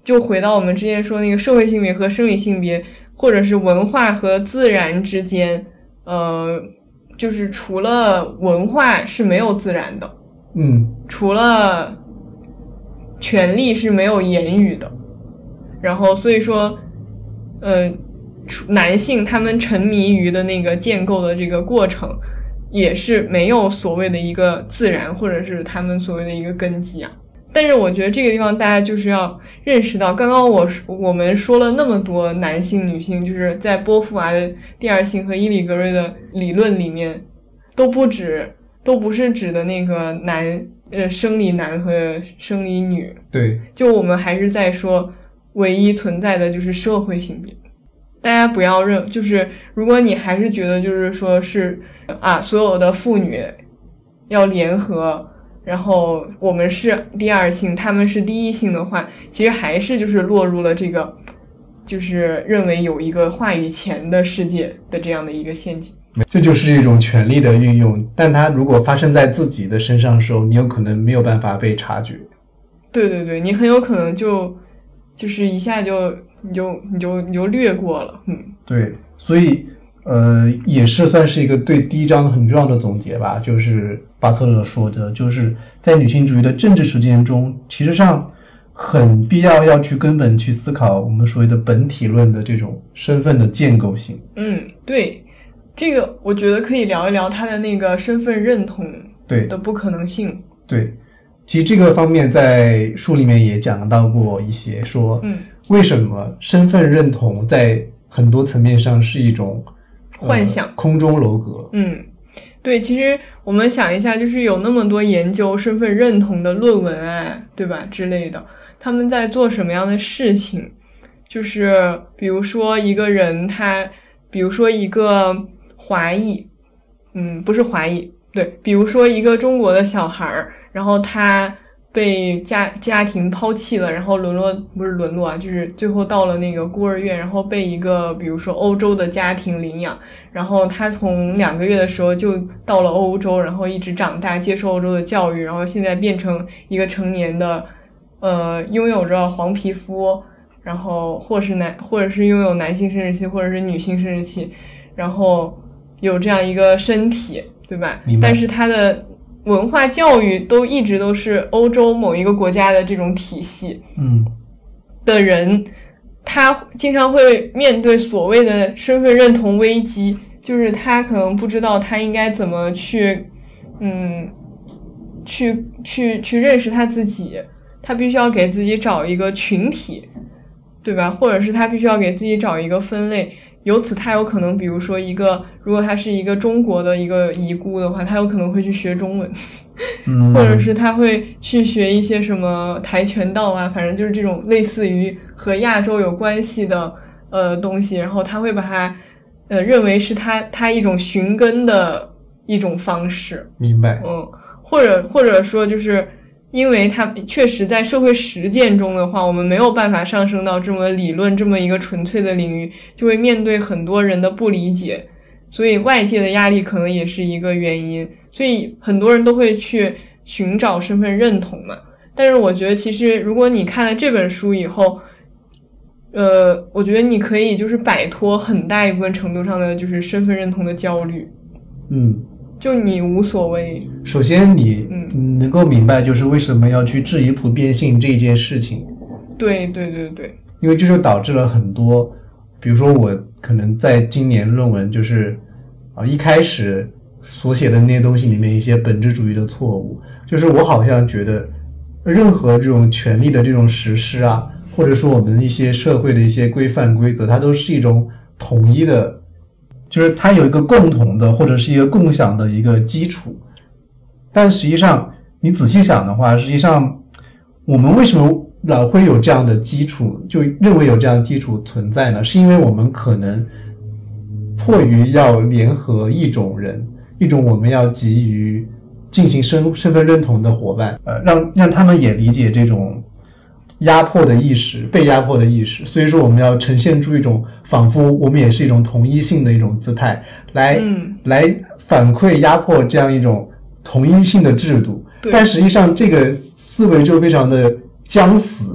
就回到我们之前说那个社会性别和生理性别，或者是文化和自然之间，呃，就是除了文化是没有自然的， 嗯， 除了权利是没有言语的，然后所以说，呃，男性他们沉迷于的那个建构的这个过程，也是没有所谓的一个自然，或者是他们所谓的一个根基啊。但是我觉得这个地方大家就是要认识到，刚刚我我们说了那么多男性女性，就是在波伏娃的第二性和伊里格瑞的理论里面，都不止都不是指的那个男呃生理男和生理女， 对， 就我们还是在说唯一存在的就是社会性别。大家不要认，就是如果你还是觉得就是说是啊所有的妇女要联合，然后我们是第二性，他们是第一性的话，其实还是就是落入了这个就是认为有一个话语权的世界的这样的一个陷阱。 这就是一种权力的运用，但它如果发生在自己的身上的时候，你有可能没有办法被察觉。 对对对，你很有可能就就是一下就你就你就你就略过了。嗯，对， 所以呃，也是算是一个对第一章很重要的总结吧，就是巴特勒说的，就是在女性主义的政治实践中，其实上很必要要去根本去思考我们所谓的本体论的这种身份的建构性。 嗯，对，这个我觉得可以聊一聊他的那个身份认同的不可能性。 对，对，其实这个方面在书里面也讲到过一些，说为什么身份认同在很多层面上是一种幻想、呃、 空中楼阁。 嗯，对，其实我们想一下，就是有那么多研究身份认同的论文啊，对吧之类的，他们在做什么样的事情？就是比如说一个人他比如说一个华裔，嗯，不是华裔，对，比如说一个中国的小孩，然后他被家家庭抛弃了，然后沦落不是沦落啊，就是最后到了那个孤儿院，然后被一个比如说欧洲的家庭领养，然后他从两个月的时候就到了欧洲，然后一直长大，接受欧洲的教育，然后现在变成一个成年的，呃，拥有着黄皮肤，然后或是男或者是拥有男性生殖器或者是女性生殖器，然后有这样一个身体，对吧？但是他的文化教育都一直都是欧洲某一个国家的这种体系的人、嗯、他经常会面对所谓的身份认同危机，就是他可能不知道他应该怎么去嗯去去去认识他自己，他必须要给自己找一个群体，对吧？或者是他必须要给自己找一个分类，由此他有可能比如说一个如果他是一个中国的一个遗孤的话，他有可能会去学中文、嗯、或者是他会去学一些什么跆拳道啊，反正就是这种类似于和亚洲有关系的呃东西，然后他会把它呃认为是他他一种寻根的一种方式。 明白。 嗯，或者或者说就是因为它确实在社会实践中的话，我们没有办法上升到这么理论这么一个纯粹的领域，就会面对很多人的不理解，所以外界的压力可能也是一个原因，所以很多人都会去寻找身份认同嘛。但是我觉得其实如果你看了这本书以后，呃，我觉得你可以就是摆脱很大一部分程度上的就是身份认同的焦虑。 嗯， 就你无所谓。 首先你能够明白就是为什么要去质疑普遍性这件事情。 对对对对， 因为这就导致了很多，比如说我可能在今年论文就是啊一开始所写的那些东西里面一些本质主义的错误，就是我好像觉得任何这种权利的这种实施啊，或者说我们一些社会的一些规范规则，它都是一种统一的，就是它有一个共同的或者是一个共享的一个基础。但实际上你仔细想的话，实际上我们为什么老会有这样的基础，就认为有这样的基础存在呢？是因为我们可能迫于要联合一种人，一种我们要急于进行身身份认同的伙伴，呃，让让他们也理解这种压迫的意识，被压迫的意识，所以说我们要呈现出一种仿佛我们也是一种同一性的一种姿态，来、嗯、来反馈压迫这样一种同一性的制度。但实际上这个思维就非常的僵死，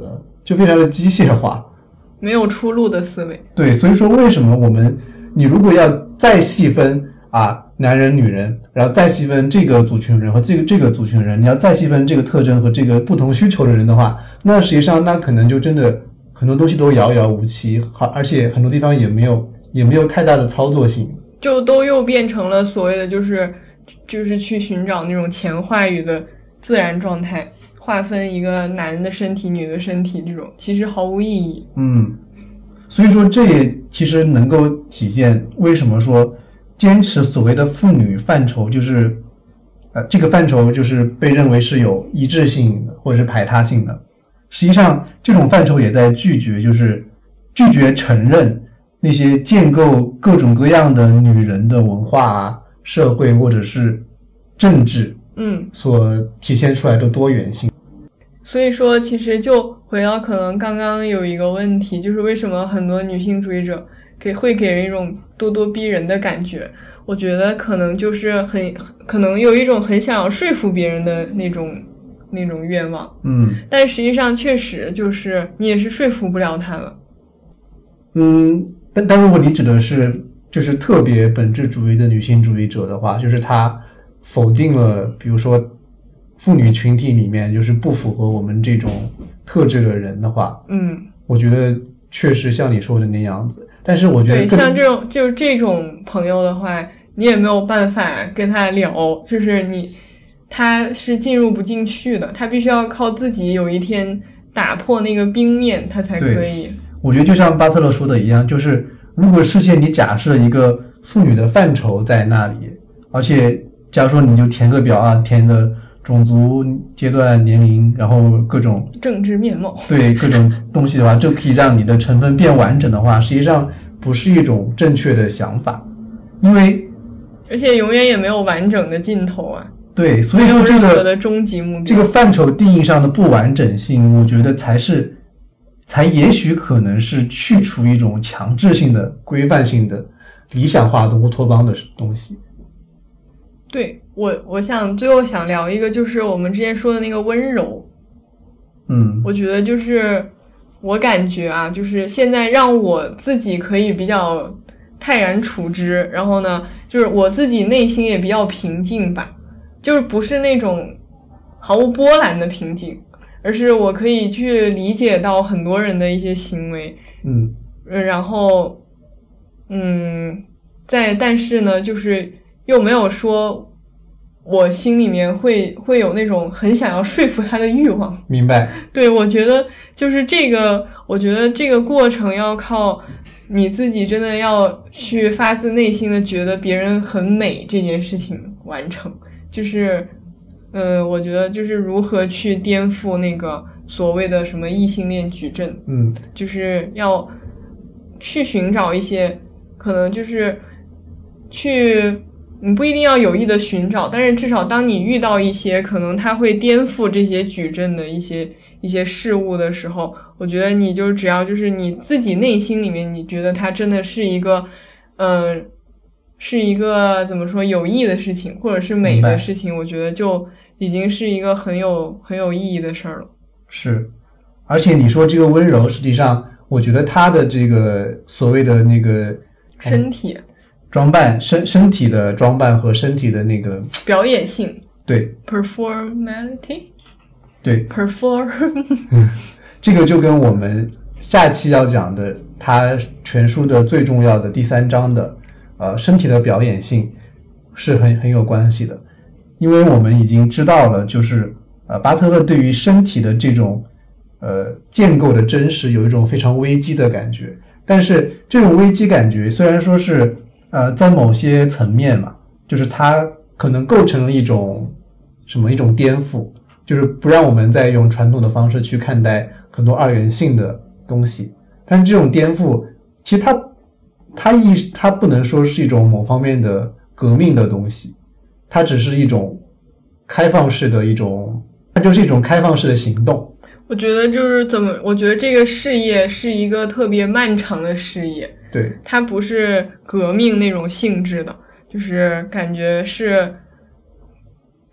就非常的机械化， 没有出路的思维。 对，所以说为什么我们你如果要再细分啊，男人女人，然后再细分这个族群人和这个这个族群人，你要再细分这个特征和这个不同需求的人的话，那实际上那可能就真的很多东西都遥遥无期，好，而且很多地方也没有也没有太大的操作性， 就都又变成了所谓的就是就是去寻找那种前话语的自然状态，划分一个男的身体女的身体，这种其实毫无意义。 嗯，所以说这也其实能够体现为什么说坚持所谓的妇女范畴，就是呃这个范畴就是被认为是有一致性的或者是排他性的，实际上这种范畴也在拒绝，就是拒绝承认那些建构各种各样的女人的文化啊、社会或者是政治嗯所体现出来的多元性。 所以说其实就回到可能刚刚有一个问题，就是为什么很多女性主义者给会给人一种咄咄逼人的感觉。我觉得可能就是很可能有一种很想要说服别人的那种那种愿望， 嗯， 但实际上确实就是你也是说服不了他了。 嗯，但但如果你指的是就是特别本质主义的女性主义者的话，就是她否定了比如说妇女群体里面就是不符合我们这种特质的人的话， 嗯， 我觉得确实像你说的那样子，但是我觉得对，像这种就是这种朋友的话，你也没有办法跟他聊，就是你他是进入不进去的，他必须要靠自己有一天打破那个冰面，他才可以。 我觉得就像巴特勒说的一样，就是如果事先你假设一个妇女的范畴在那里，而且假如说你就填个表啊，填个种族、阶段、年龄，然后各种政治面貌， 对各种东西的话，就可以让你的成分变完整的话，实际上不是一种正确的想法，因为而且永远也没有完整的尽头啊。 对，所以说这个的终极目标， 这个范畴定义上的不完整性，我觉得才是，才也许可能是去除一种强制性的、规范性的、理想化的乌托邦的东西。 对，我，我想最后想聊一个，就是我们之前说的那个温柔。 嗯， 我觉得就是我感觉啊，就是现在让我自己可以比较泰然处之，然后呢，就是我自己内心也比较平静吧。就是不是那种毫无波澜的平静，而是我可以去理解到很多人的一些行为， 嗯， 然后，嗯，在但是呢，就是又没有说我心里面会会有那种很想要说服他的欲望。 明白。 对，我觉得就是这个，我觉得这个过程要靠你自己真的要去发自内心的觉得别人很美这件事情完成。就是，呃，我觉得就是如何去颠覆那个所谓的什么异性恋矩阵， 嗯， 就是要去寻找一些可能就是去，你不一定要有意的寻找，但是至少当你遇到一些可能它会颠覆这些矩阵的一些一些事物的时候，我觉得你就只要就是你自己内心里面你觉得它真的是一个，嗯、呃。是一个怎么说有益的事情，或者是美的事情，我觉得就已经是一个很有很有意义的事儿了。 是，而且你说这个温柔，实际上我觉得他的这个所谓的那个身体装扮、身身体的装扮和身体的那个表演性， 对 ，performality， 对 ，perform， 这个就跟我们下期要讲的他全书的最重要的第三章的。呃，身体的表演性是很很有关系的，因为我们已经知道了，就是呃，巴特勒对于身体的这种呃建构的真实有一种非常危机的感觉，但是这种危机感觉虽然说是呃在某些层面嘛，就是它可能构成了一种什么一种颠覆，就是不让我们再用传统的方式去看待很多二元性的东西，但是这种颠覆其实它。它一它不能说是一种某方面的革命的东西，它只是一种开放式的一种，它就是一种开放式的行动。 我觉得就是怎么，我觉得这个事业是一个特别漫长的事业， 对， 它不是革命那种性质的，就是感觉是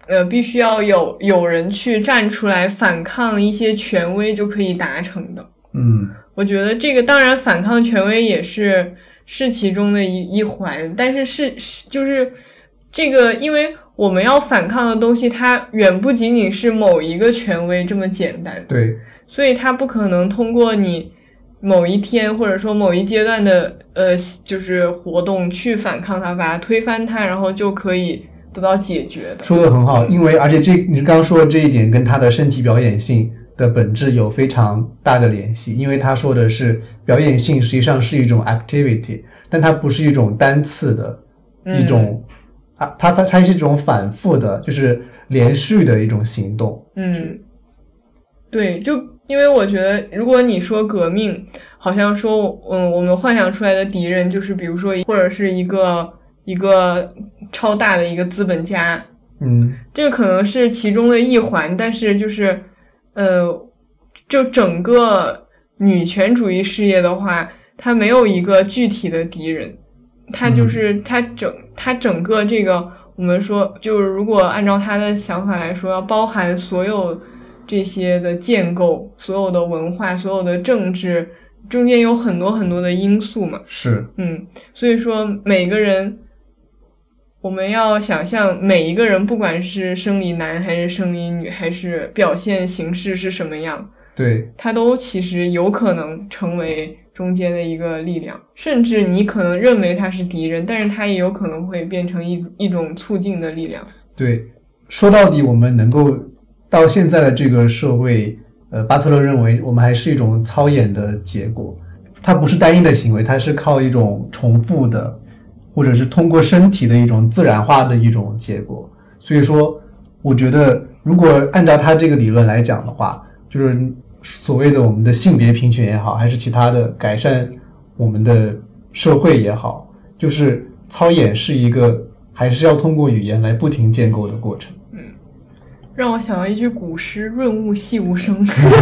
呃，必须要有有人去站出来反抗一些权威就可以达成的。 嗯， 我觉得这个当然反抗权威也是是其中的一一环，但是是就是这个，因为我们要反抗的东西，它远不仅仅是某一个权威这么简单。 对， 所以它不可能通过你某一天或者说某一阶段的呃就是活动去反抗它，把它推翻它，然后就可以得到解决的。 说得很好，因为而且这你刚刚说的这一点跟他的身体表演性的本质有非常大的联系，因为他说的是表演性实际上是一种 activity， 但它不是一种单次的一种、嗯、啊，它它是一种反复的，就是连续的一种行动。 嗯，对，就因为我觉得如果你说革命，好像说嗯我们幻想出来的敌人就是比如说或者是一个一个超大的一个资本家， 嗯， 这个可能是其中的一环，但是就是呃，就整个女权主义事业的话，它没有一个具体的敌人，它就是它整它整个这个我们说就是如果按照他的想法来说，要包含所有这些的建构，所有的文化，所有的政治，中间有很多很多的因素嘛。 是， 嗯，所以说每个人，我们要想象每一个人，不管是生理男还是生理女，还是表现形式是什么样， 对， 他都其实有可能成为中间的一个力量，甚至你可能认为他是敌人，但是他也有可能会变成一一种促进的力量。 对，说到底我们能够到现在的这个社会，呃，巴特勒认为我们还是一种操演的结果，它不是单一的行为，它是靠一种重复的，或者是通过身体的一种自然化的一种结果。所以说，我觉得如果按照他这个理论来讲的话，就是所谓的我们的性别平权也好，还是其他的改善我们的社会也好，就是操演是一个还是要通过语言来不停建构的过程。 让我想到一句古诗，润物细无声。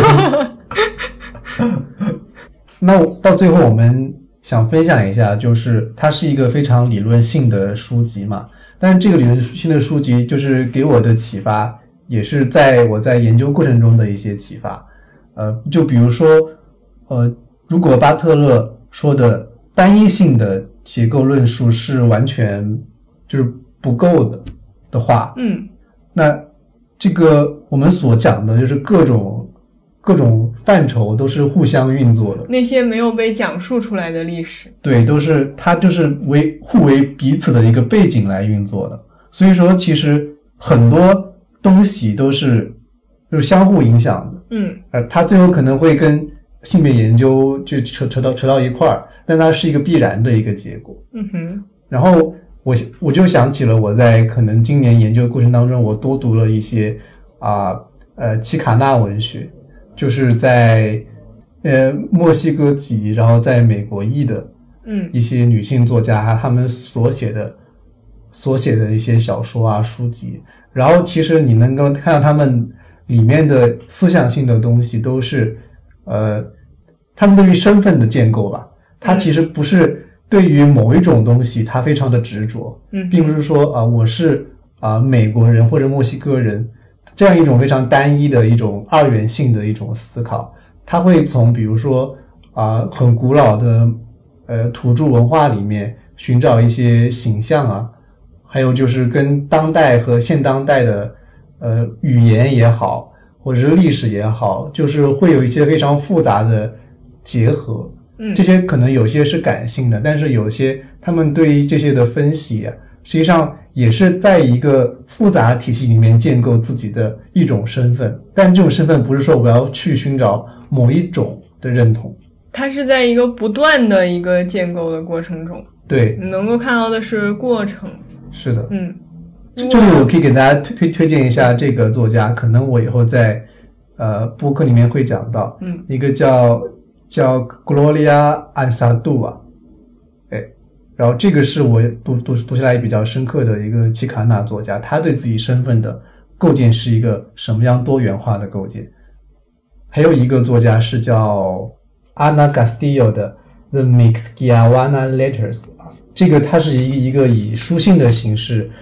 那到最后我们想分享一下，就是它是一个非常理论性的书籍嘛，但是这个理论性的书籍就是给我的启发也是在我在研究过程中的一些启发。呃，就比如说呃，如果巴特勒说的单一性的结构论述是完全就是不够的的话， 嗯， 那这个我们所讲的就是各种各种范畴都是互相运作的， 那些没有被讲述出来的历史， 对，都是它就是为互为彼此的一个背景来运作的。所以说其实很多东西都是就是相互影响的， 嗯， 呃，它最后可能会跟性别研究就扯扯到扯到一块儿，但它是一个必然的一个结果。 嗯哼， 然后我我就想起了我在可能今年研究的过程当中，我多读了一些啊 呃, 呃齐卡纳文学，就是在呃墨西哥籍，然后在美国裔的嗯一些女性作家，他们所写的所写的一些小说啊书籍，然后其实你能够看到他们里面的思想性的东西都是呃他们对于身份的建构吧，它其实不是对于某一种东西他非常的执着， 嗯， 并不是说啊、呃、我是啊、呃、美国人或者墨西哥人这样一种非常单一的一种二元性的一种思考，他会从比如说啊、呃、很古老的呃土著文化里面寻找一些形象啊，还有就是跟当代和现当代的呃语言也好或者是历史也好，就是会有一些非常复杂的结合。 嗯， 这些可能有些是感性的，但是有些他们对于这些的分析啊，实际上也是在一个复杂体系里面建构自己的一种身份，但这种身份不是说我要去寻找某一种的认同， 它是在一个不断的一个建构的过程中， 对， 你能够看到的是过程。 是的， 嗯， 这里我可以给大家推推推荐一下这个作家，可能我以后在呃播客里面会讲到， 嗯， 一个叫叫 Gloria Anzaldúa， 哎，然后这个是我读读读下来比较深刻的一个齐卡纳作家，他对自己身份的构建是一个什么样多元化的构建。还有一个作家是叫 Ana Castillo 的 The Mixquiahuana Letters， 这个它是一个一个以书信的形式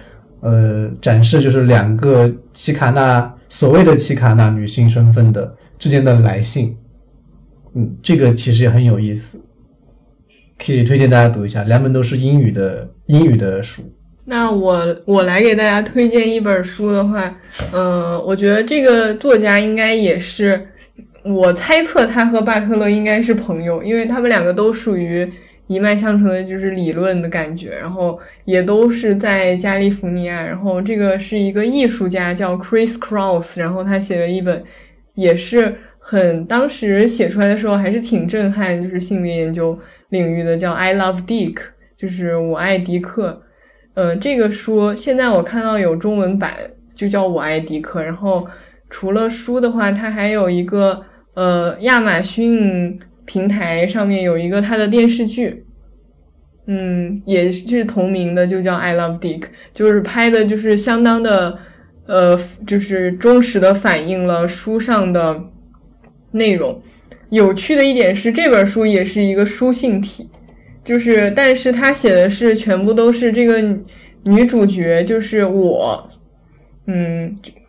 呃展示就是两个奇卡纳所谓的奇卡纳女性身份的之间的来信。嗯，这个其实也很有意思，可以推荐大家读一下，两本都是英语的英语的书。 那我我来给大家推荐一本书的话，呃，我觉得这个作家应该也是，我猜测他和巴特勒应该是朋友，因为他们两个都属于一脉相承的，就是理论的感觉，然后也都是在加利福尼亚。然后这个是一个艺术家叫 Chris Kraus， 然后他写了一本也是很当时写出来的时候还是挺震撼，就是性别研究领域的，叫 I Love Dick， 就是我爱迪克。呃，这个书现在我看到有中文版，就叫我爱迪克。然后除了书的话，它还有一个呃亚马逊平台上面有一个它的电视剧，嗯，也是同名的，就叫 I Love Dick， 就是拍的就是相当的呃就是忠实的反映了书上的内容。有趣的一点是这本书也是一个书信体，就是但是他写的是全部都是这个女主角，就是我嗯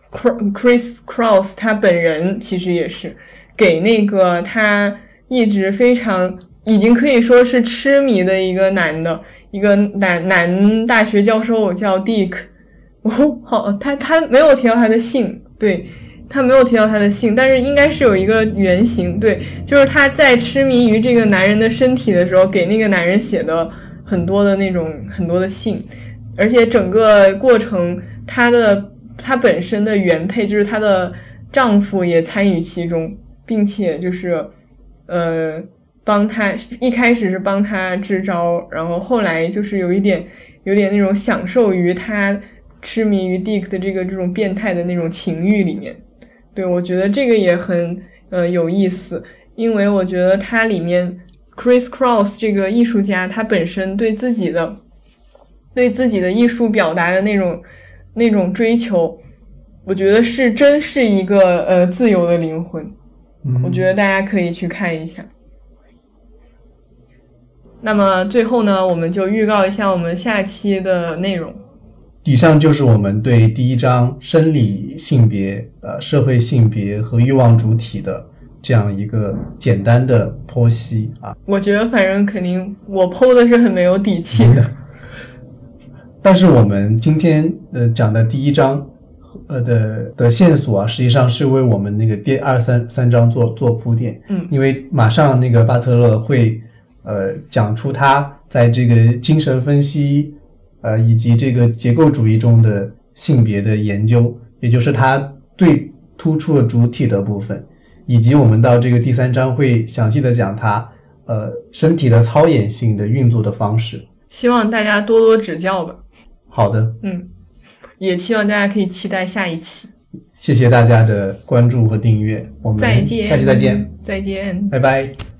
Chris Kraus 他本人其实也是给那个他一直非常已经可以说是痴迷的一个男的一个男男大学教授叫 Dick。 哦，好，他他没有提到他的姓，对，他没有提到他的姓，但是应该是有一个原型，对，就是他在痴迷于这个男人的身体的时候，给那个男人写的很多的那种很多的信，而且整个过程，他的他本身的原配就是他的丈夫也参与其中，并且就是呃帮他一开始是帮他支招，然后后来就是有一点有点那种享受于他痴迷于 Dick 的这个这种变态的那种情欲里面。对，我觉得这个也很呃有意思，因为我觉得它里面 Chris Kraus 这个艺术家他本身对自己的对自己的艺术表达的那种那种追求，我觉得是真是一个呃自由的灵魂。 嗯， 我觉得大家可以去看一下。那么最后呢，我们就预告一下我们下期的内容。 以上就是我们对第一章生理性别、呃社会性别和欲望主体的这样一个简单的剖析啊。 我觉得反正肯定我剖的是很没有底气的。 但是我们今天呃讲的第一章呃的的线索啊，实际上是为我们那个第二三三章做做铺垫。 嗯， 因为马上那个巴特勒会呃讲出他在这个精神分析呃，以及这个结构主义中的性别的研究，也就是它最突出的主体的部分，以及我们到这个第三章会详细的讲它呃身体的操演性的运作的方式。 希望大家多多指教吧。 好的， 嗯，也希望大家可以期待下一期。 谢谢大家的关注和订阅，我们再见， 下期再见， 再见， 拜拜。